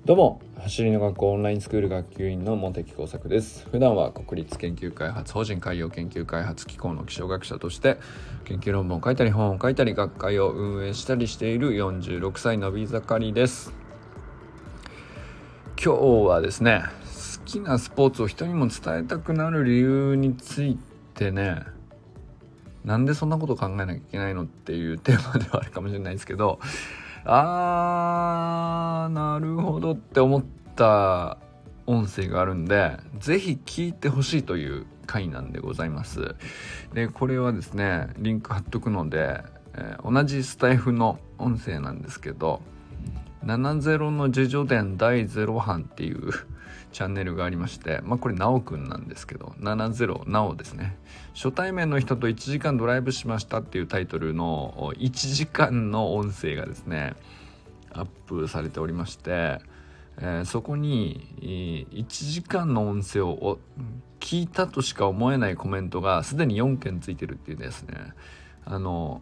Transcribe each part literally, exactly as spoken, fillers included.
どうも、走りの学校オンラインスクール学級委員の茂木耕作です。普段は国立研究開発法人海洋研究開発機構の気象学者として研究論文を書いたり本を書いたり学会を運営したりしているよんじゅうろくさいのび盛りです。今日はですね、好きなスポーツを人にも伝えたくなる理由についてね、なんでそんなこと考えなきゃいけないのっていうテーマではあるかもしれないですけど、あーなるほどって思った音声があるんで、ぜひ聞いてほしいという回なんでございます。でこれはですね、リンク貼っとくので、えー、同じスタイフの音声なんですけど、ななじゅうの自叙伝だいゼロ版っていうチャンネルがありまして、まあこれなおくんなんですけど、ななじゅうなおですね、初対面の人といちじかんドライブしましたっていうタイトルのいちじかんの音声がですねアップされておりまして、えー、そこにいちじかんの音声を聞いたとしか思えないコメントがすでによんけんついてるっていうですね、あの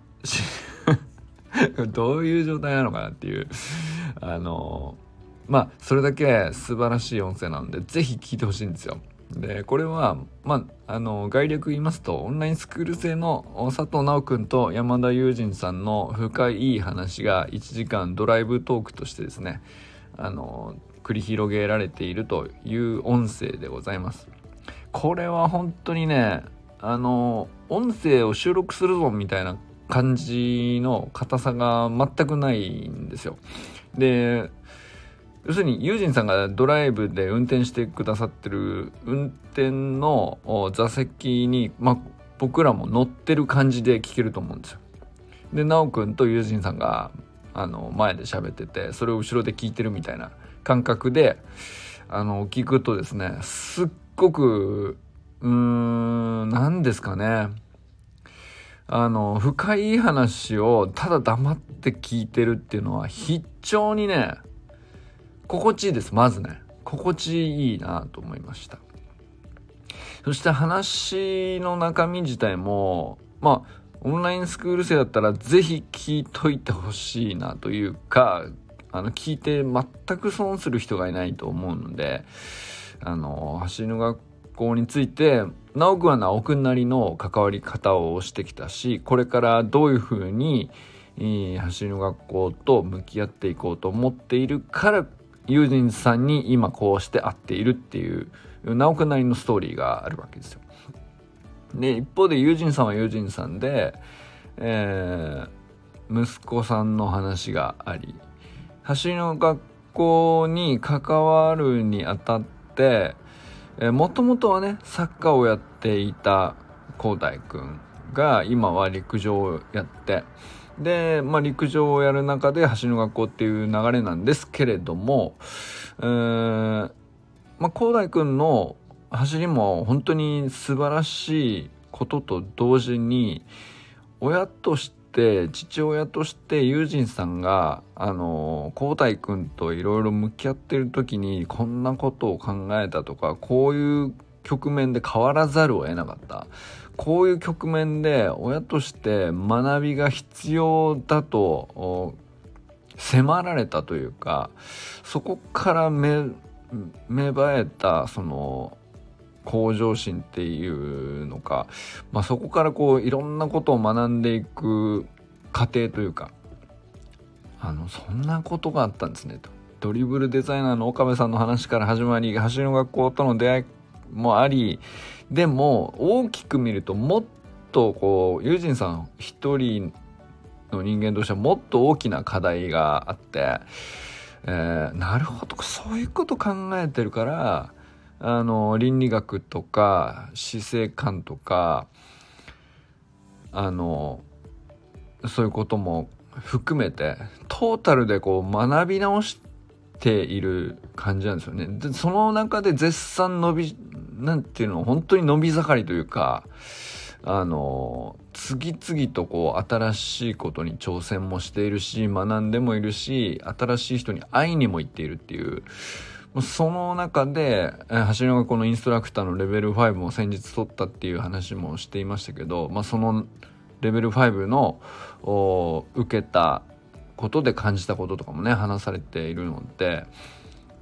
どういう状態なのかなっていう、あのまあそれだけ素晴らしい音声なのでぜひ聞いてほしいんですよ。でこれはまああの概略言いますと、オンラインスクール生の佐藤直くんと山田友人さんの深い話がいちじかんドライブトークとしてですね、あの繰り広げられているという音声でございます。これは本当にね、あの音声を収録するぞみたいな感じの硬さが全くないんですよ。で要するに友人さんがドライブで運転してくださってる運転の座席に、まあ、僕らも乗ってる感じで聞けると思うんですよ。で直くんと友人さんがあの前で喋ってて、それを後ろで聞いてるみたいな感覚であの聞くとですね、すっごくうーん何ですかね、あの深い話をただ黙って聞いてるっていうのは非常にね心地いいです。まずね心地いいなと思いました。そして話の中身自体もまあオンラインスクール生だったらぜひ聞いといてほしいなというか、あの聞いて全く損する人がいないと思うので、あの走りの学校について直くんは直くんなりの関わり方をしてきたし、これからどういうふうに走りの学校と向き合っていこうと思っているから友人さんに今こうして会っているっていう直くんなりのストーリーがあるわけですよ。で一方で友人さんは友人さんで、えー、息子さんの話があり、走りの学校に関わるにあたってもともとはねサッカーをやっていた広大くんが今は陸上をやって、で、まあ、陸上をやる中で走りの学校っていう流れなんですけれども、えーまあ、広大くんの走りも本当に素晴らしいことと同時に、親として父親として友人さんがあの広大くんといろいろ向き合ってる時にこんなことを考えたとか、こういう局面で変わらざるを得なかった、こういう局面で親として学びが必要だと迫られたというか、そこから芽芽生えたその向上心っていうのか、まあ、そこからこういろんなことを学んでいく過程というか、あのそんなことがあったんですねと。ドリブルデザイナーの岡部さんの話から始まり、走りの学校との出会いもあり、でも大きく見るともっとこう友人さん一人の人間としてはもっと大きな課題があって、えー、なるほどそういうこと考えてるから、あの倫理学とか死生観とかあのそういうことも含めてトータルでこう学び直している感じなんですよね。でその中で絶賛伸びなんていうの本当に伸び盛りというか、あの次々とこう新しいことに挑戦もしているし、学んでもいるし、新しい人に会いにも行っているっていう、その中で走りの学校のインストラクターのレベルごも先日取ったっていう話もしていましたけど、まあ、そのレベルごの受けたことで感じたこととかもね話されているので、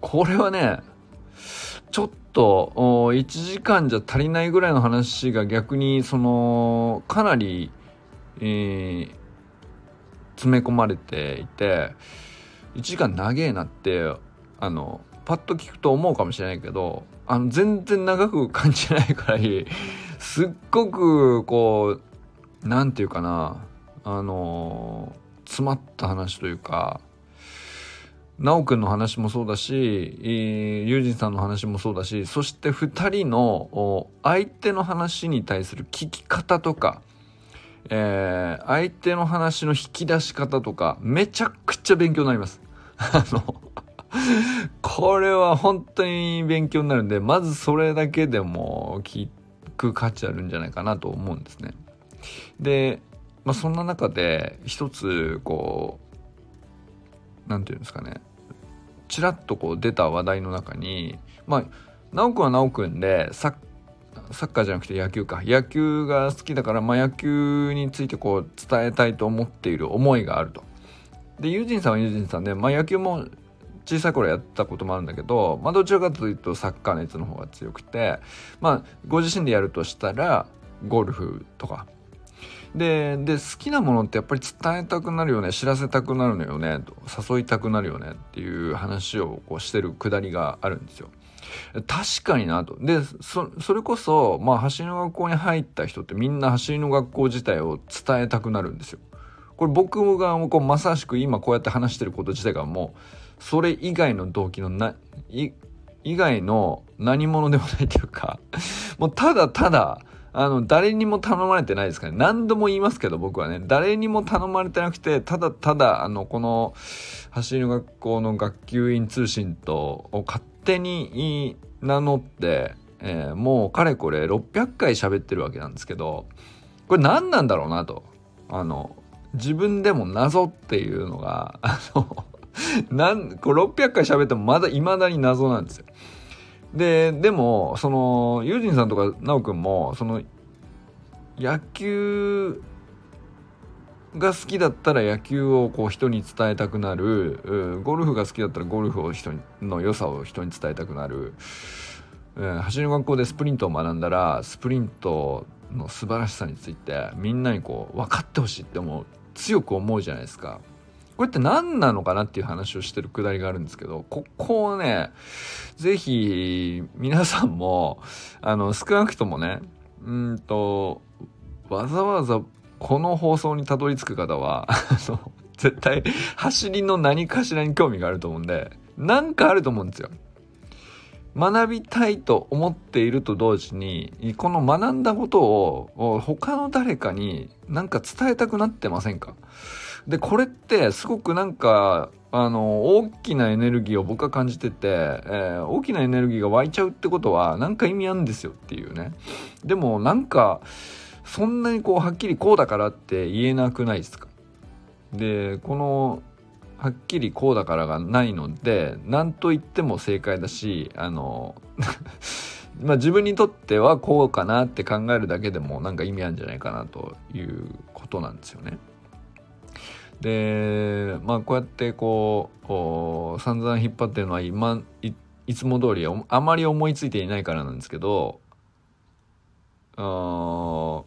これはねちょっといちじかんじゃ足りないぐらいの話が逆にそのかなり、えー、詰め込まれていて、いちじかん長えなってあのパッと聞くと思うかもしれないけど、あの全然長く感じないくらいすっごくこうなんていうかな、あの詰まった話というか、なおくんの話もそうだし、ユージンさんの話もそうだし、そしてふたりの相手の話に対する聞き方とか、えー、相手の話の引き出し方とかめちゃくちゃ勉強になります。あのこれは本当に勉強になるんで、まずそれだけでも聞く価値あるんじゃないかなと思うんですね。で、まあ、そんな中で一つこうなんていうんですかね、ちらっとこう出た話題の中に、まあ直くんは直くんでサッサッカーじゃなくて野球か野球が好きだから、まあ、野球についてこう伝えたいと思っている思いがあると。でユージンさんはユージンさんで、まあ、野球も小さい頃やったこともあるんだけど、まあ、どちらかというとサッカー熱の方が強くて、まあご自身でやるとしたらゴルフとかで、で好きなものってやっぱり伝えたくなるよね、知らせたくなるのよねと、誘いたくなるよねっていう話をこうしてるくだりがあるんですよ。確かになと。で そ, それこそ、まあ、走りの学校に入った人ってみんな走りの学校自体を伝えたくなるんですよ。これ僕がこうまさしく今こうやって話してること自体がもうそれ以外の動機のない以外の何者でもないというかもうただただあの誰にも頼まれてないですからね。何度も言いますけど僕はね、誰にも頼まれてなくて、ただただあのこの走りの学校の学級委員通信とを勝手に名乗って、えー、もうかれこれろっぴゃっかい喋ってるわけなんですけど、これ何なんだろうなと、あの自分でも謎っていうのがあのなんこうろっぴゃっかい喋ってもまだ未だに謎なんですよ。ででもそのユージンさんとかナオくんもその野球が好きだったら野球をこう人に伝えたくなる、ゴルフが好きだったらゴルフを人の良さを人に伝えたくなる、走りの学校でスプリントを学んだらスプリントの素晴らしさについてみんなにこう分かってほしいって思う、強く思うじゃないですか。これって何なのかなっていう話をしてるくだりがあるんですけど、ここをねぜひ皆さんもあの少なくともね、うんとわざわざこの放送にたどり着く方は絶対走りの何かしらに興味があると思うんで、なんかあると思うんですよ。学びたいと思っていると同時にこの学んだことを他の誰かになんか伝えたくなってませんか？でこれってすごくなんかあの大きなエネルギーを僕は感じてて、えー、大きなエネルギーが湧いちゃうってことはなんか意味あるんですよっていうね。でもなんかそんなにこうはっきりこうだからって言えなくないですか？でこのはっきりこうだからがないので何と言っても正解だし、あのまあ自分にとってはこうかなって考えるだけでもなんか意味あるんじゃないかなということなんですよね。でまあこうやってこう散々引っ張ってるのは今 い, いつも通りあまり思いついていないからなんですけど、あ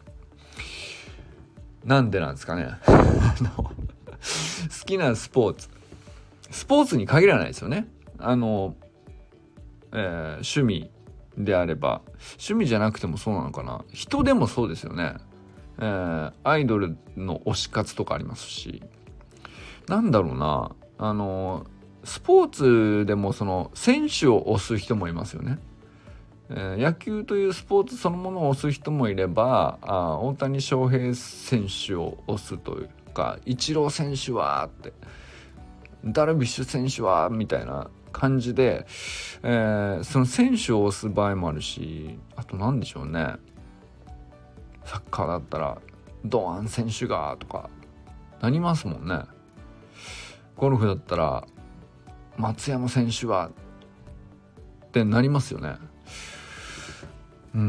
なんでなんですかね好きなスポーツスポーツに限らないですよね。あの、えー、趣味であれば、趣味じゃなくてもそうなのかな、人でもそうですよね。えー、アイドルの推し活とかありますし、なんだろうな、あのスポーツでもその選手を推す人もいますよね。えー、野球というスポーツそのものを推す人もいれば、あ大谷翔平選手を推すというか、イチロー選手はってダルビッシュ選手はみたいな感じで、えー、その選手を推す場合もあるし、あと何でしょうね、サッカーだったら堂安選手がとかなりますもんね。ゴルフだったら松山選手はってなりますよね。うん、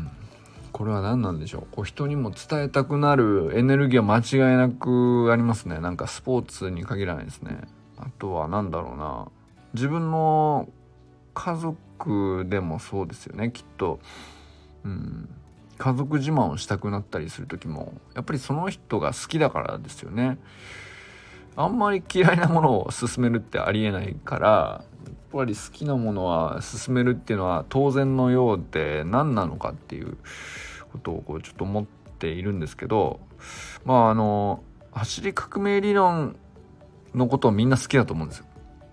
これは何なんでしょう。こう人にも伝えたくなるエネルギーは間違いなくありますね。なんかスポーツに限らないですね。あとは何だろうな、自分の家族でもそうですよねきっと。うん、家族自慢をしたくなったりする時もやっぱりその人が好きだからですよね。あんまり嫌いなものを勧めるってありえないから、やっぱり好きなものは勧めるっていうのは当然のようで何なのかっていうことをこうちょっと思っているんですけど、まああの走り革命理論のことをみんな好きだと思うんですよ。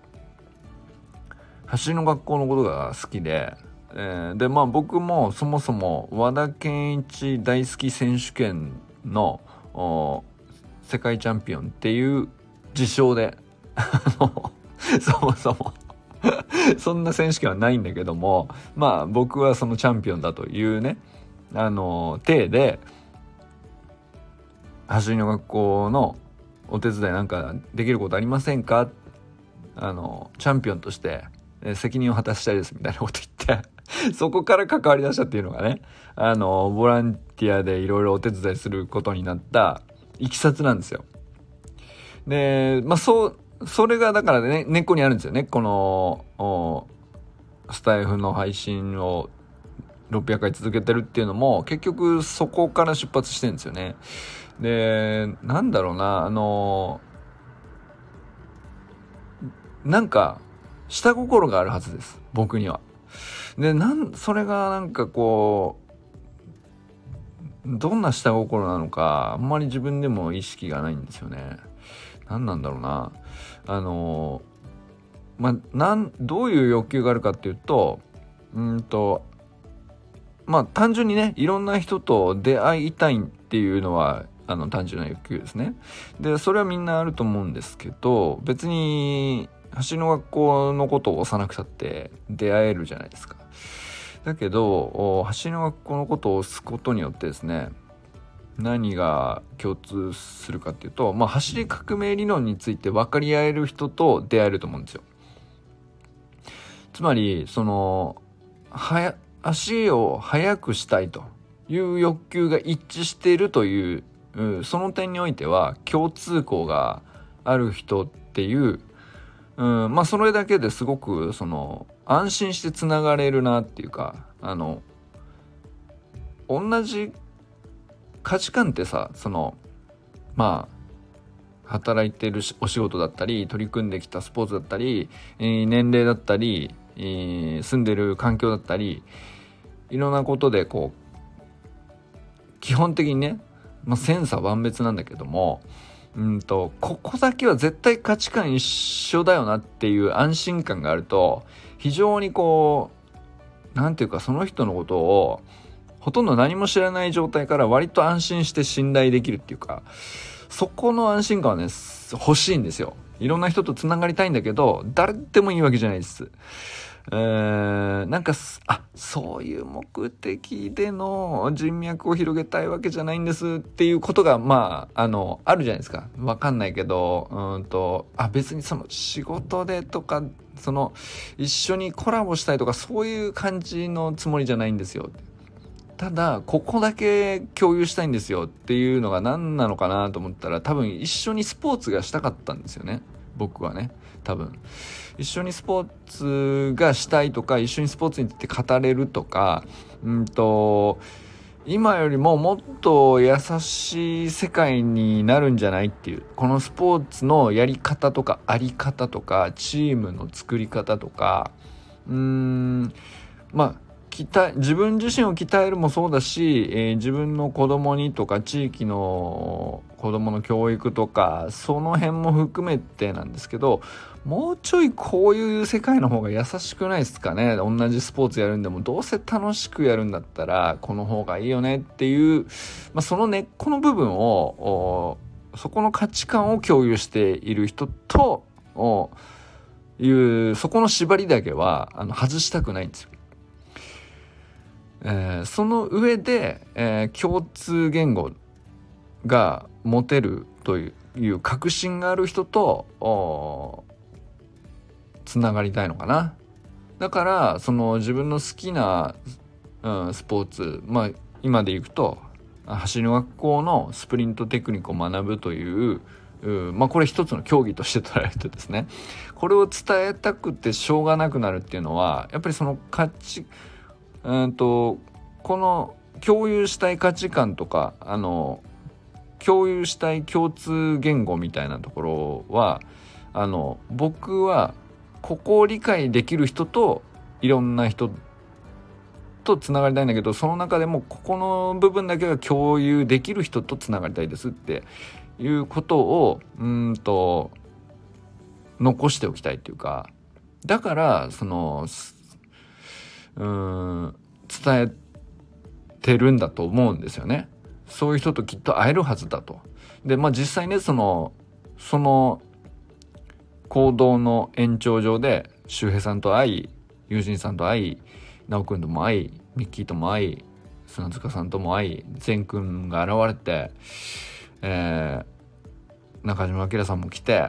走りの学校のことが好きで、えー、でまあ僕もそもそも和田健一大好き選手権の世界チャンピオンっていう自称でそもそもそんな選手権はないんだけども、まあ僕はそのチャンピオンだというね、あの体で走りの学校のお手伝いなんかできることありませんか、あのチャンピオンとして責任を果たしたいですみたいなこと言ってそこから関わりだしたっていうのがね、あのボランティアでいろいろお手伝いすることになったいきさつなんですよ。でまあそうそれがだからね根っこにあるんですよね。このスタイフの配信をろっぴゃっかい続けてるっていうのも結局そこから出発してるんですよね。でなんだろうな、あのなんか下心があるはずです僕には。でなんそれがなんかこうどんな下心なのかあんまり自分でも意識がないんですよね。なんなんだろうな、あのまあなんどういう欲求があるかっていうと、うんとまあ単純にねいろんな人と出会いたいっていうのはあの単純な欲求ですね。でそれはみんなあると思うんですけど、別に走りの学校のことを押さなくたって出会えるじゃないですか。だけど走りの学校のことを押すことによってですね、何が共通するかっていうと、まあ、走り革命理論について分かり合える人と出会えると思うんですよ。つまりそのはや足を速くしたいという欲求が一致しているという、その点においては共通項がある人っていう、うん、まあそれだけですごくその安心してつながれるなっていうか、あの同じ価値観ってさ、そのまあ働いてるお仕事だったり取り組んできたスポーツだったり、えー、年齢だったり、えー、住んでる環境だったりいろんなことでこう基本的にね、まあ、千差万別なんだけども、うんとここだけは絶対価値観一緒だよなっていう安心感があると、非常にこうなんていうかその人のことをほとんど何も知らない状態から割と安心して信頼できるっていうか、そこの安心感はね欲しいんですよ。いろんな人とつながりたいんだけど誰でもいいわけじゃないです。えー、なんかあそういう目的での人脈を広げたいわけじゃないんですっていうことがまああのあるじゃないですか。わかんないけどうんとあ別にその仕事でとかその一緒にコラボしたいとかそういう感じのつもりじゃないんですよ。ただここだけ共有したいんですよっていうのが何なのかなと思ったら、多分一緒にスポーツがしたかったんですよね。僕はね多分一緒にスポーツがしたいとか一緒にスポーツについて語れるとか、うんと今よりももっと優しい世界になるんじゃないっていう、このスポーツのやり方とかあり方とかチームの作り方とか、うーんまあ鍛え自分自身を鍛えるもそうだし、えー、自分の子供にとか地域の子供の教育とかその辺も含めてなんですけど、もうちょいこういう世界の方が優しくないですかね。同じスポーツやるんでもどうせ楽しくやるんだったらこの方がいいよねっていう、まあ、その根っこの部分をそこの価値観を共有している人というそこの縛りだけはあの外したくないんですよ。えー、その上で、えー、共通言語が持てるという確信がある人とつながりたいのかな。だからその自分の好きな、うん、スポーツ、まあ今でいくと走りの学校のスプリントテクニックを学ぶというまあこれ一つの競技として捉えるとですね、これを伝えたくてしょうがなくなるっていうのは、やっぱりその価値うんとこの共有したい価値観とか、あの共有したい共通言語みたいなところは、あの僕はここを理解できる人といろんな人とつながりたいんだけど、その中でもここの部分だけは共有できる人とつながりたいですっていうことをうんと残しておきたいっていうか、だからそのうーん伝えてるんだと思うんですよね。そういう人ときっと会えるはずだと。でまあ実際ね、そのその行動の延長上で周平さんと会い、友人さんと会い、直くんとも会い、ミッキーとも会い、砂塚さんとも会い、善くんが現れて、えー、中島明さんも来て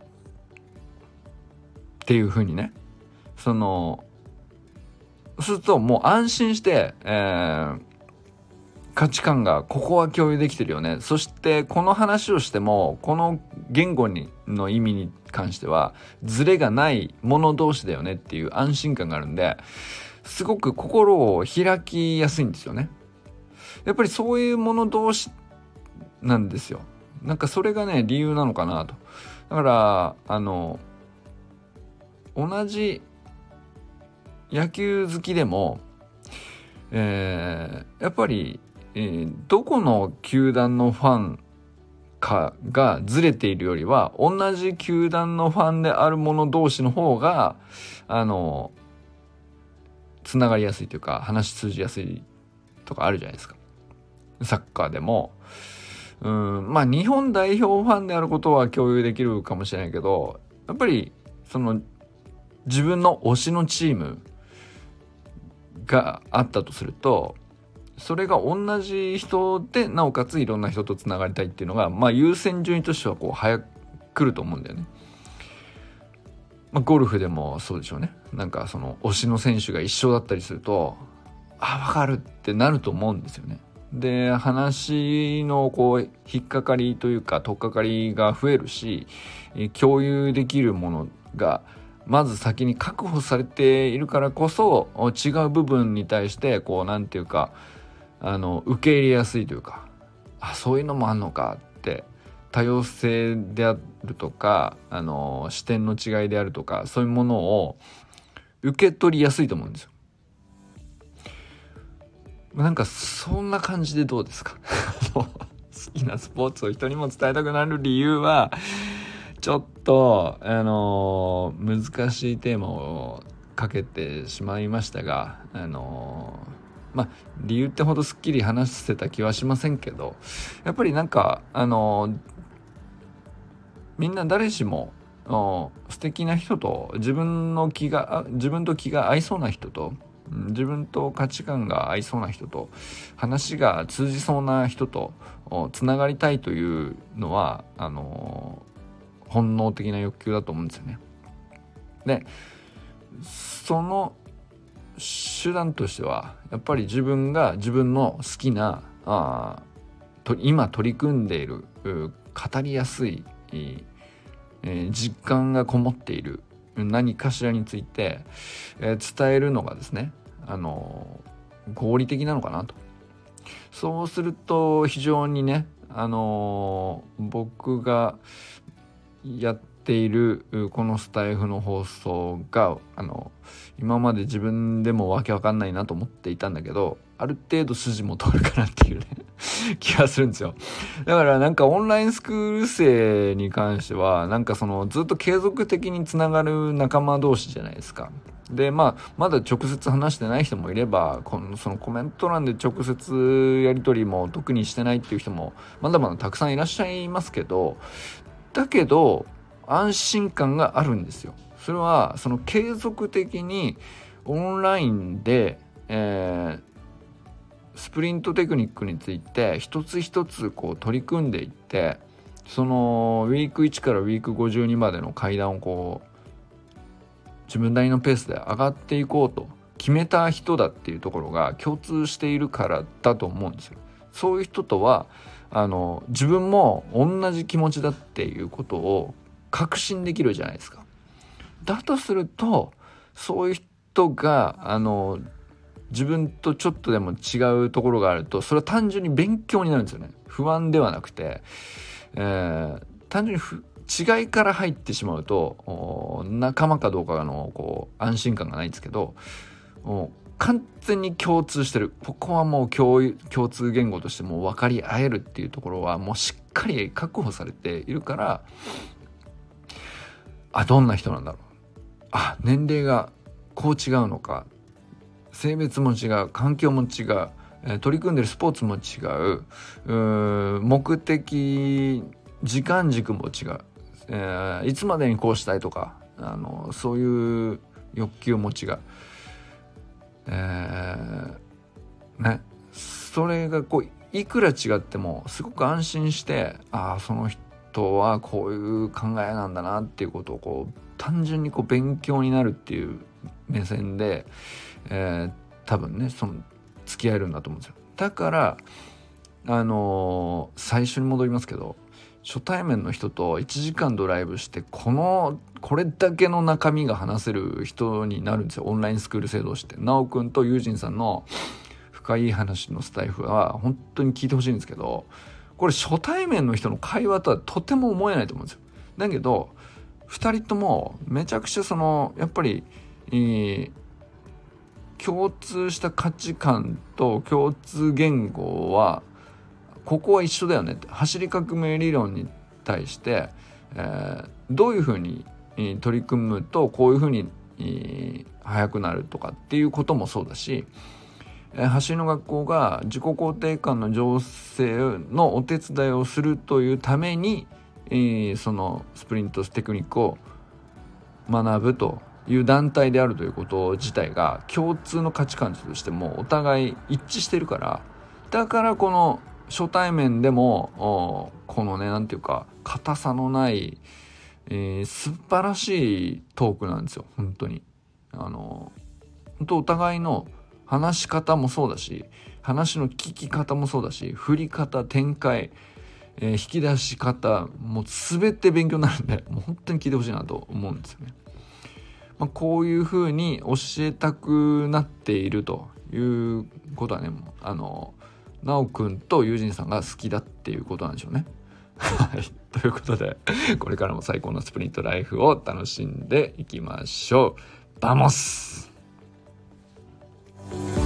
っていう風にね、そのそうするともう安心して、えー、価値観がここは共有できてるよね、そしてこの話をしてもこの言語にの意味に関してはズレがない者同士だよねっていう安心感があるんで、すごく心を開きやすいんですよね。やっぱりそういう者同士なんですよ。なんかそれがね理由なのかなと。だからあの同じ野球好きでも、えー、やっぱり、えー、どこの球団のファンかがずれているよりは、同じ球団のファンである者同士の方があのつながりやすいというか、話通じやすいとかあるじゃないですか。サッカーでもうんまあ日本代表ファンであることは共有できるかもしれないけど、やっぱりその自分の推しのチームがあったとすると、それが同じ人でなおかついろんな人とつながりたいっていうのが、まあ優先順位としてはこう早く来ると思うんだよね。まあ、ゴルフでもそうでしょうね。なんかその推しの選手が一緒だったりすると、あ、分かるってなると思うんですよね。で、話のこう引っかかりというか取っかかりが増えるし、共有できるものがまず先に確保されているからこそ、違う部分に対してこうなんていうか、あの受け入れやすいというか、あ、そういうのもあんのかって、多様性であるとか、あの視点の違いであるとか、そういうものを受け取りやすいと思うんですよ。なんかそんな感じでどうですか好きなスポーツを人にも伝えたくなる理由は、ちょっとあのー、難しいテーマをかけてしまいましたが、あのー、まあ理由ってほどすっきり話せた気はしませんけど、やっぱりなんかあのー、みんな誰しも素敵な人と、自分の気が自分と気が合いそうな人と、自分と価値観が合いそうな人と、話が通じそうな人とつながりたいというのはあのー本能的な欲求だと思うんですよね。で、その手段としてはやっぱり自分が自分の好きなあと今取り組んでいる語りやすい、えー、実感がこもっている何かしらについて、えー、伝えるのがですね、あのー、合理的なのかなと。そうすると非常にね、あのー、僕がやっているこのスタイフの放送があの今まで自分でもわけわかんないなと思っていたんだけど、ある程度筋も通るかなっていうね気がするんですよ。だからなんかオンラインスクール生に関してはなんかそのずっと継続的につながる仲間同士じゃないですか。でまあまだ直接話してない人もいれば、このそのコメント欄で直接やり取りも特にしてないっていう人もまだまだたくさんいらっしゃいますけど、だけど安心感があるんですよ。それはその継続的にオンラインで、えー、スプリントテクニックについて一つ一つこう取り組んでいって、そのウィークいちからウィークごじゅうにまでの階段をこう自分なりのペースで上がっていこうと決めた人だっていうところが共通しているからだと思うんですよ。 そういう人とはあの自分も同じ気持ちだっていうことを確信できるじゃないですか。だとするとそういう人があの自分とちょっとでも違うところがあると、それは単純に勉強になるんですよね。不安ではなくて、えー、単純にふ違いから入ってしまうと仲間かどうかのこう安心感がないんですけど、完全に共通してる、ここはもう 共, 共通言語としてもう分かり合えるっていうところはもうしっかり確保されているから、あ、どんな人なんだろう、あ、年齢がこう違うのか、性別も違う、環境も違う、えー、取り組んでるスポーツも違う、うー目的時間軸も違う、えー、いつまでにこうしたいとか、あのそういう欲求も違う、えー、ね、それがこういくら違ってもすごく安心して、ああその人はこういう考えなんだなっていうことをこう単純にこう勉強になるっていう目線で、えー、多分ねその付き合えるんだと思うんですよ。だからあのー、最初に戻りますけど、初対面の人といちじかんドライブしてこのこれだけの中身が話せる人になるんですよ、オンラインスクール制度して。なおくんとユージンさんの深い話のスタイフは本当に聞いてほしいんですけど、これ初対面の人の会話とはとても思えないと思うんですよ。だけどふたりともめちゃくちゃそのやっぱり、えー、共通した価値観と共通言語はここは一緒だよねって、走り革命理論に対して、えー、どういうふうに取り組むとこういうふうに、えー、速くなるとかっていうこともそうだし、えー、走りの学校が自己肯定感の醸成のお手伝いをするというために、えー、そのスプリントテクニックを学ぶという団体であるということ自体が共通の価値観としてもお互い一致してるから、だからこの初対面でもこのねなんていうか硬さのない、えー、素晴らしいトークなんですよ。本当にあの本当お互いの話し方もそうだし、話の聞き方もそうだし、振り方、展開、えー、引き出し方もう全て勉強になるんで、もう本当に聞いてほしいなと思うんですよね。まあ、こういう風に教えたくなっているということはね、あのなおくんとユージンさんが好きだっていうことなんでしょうね。はい、ということでこれからも最高のスプリントライフを楽しんでいきましょう。バモス。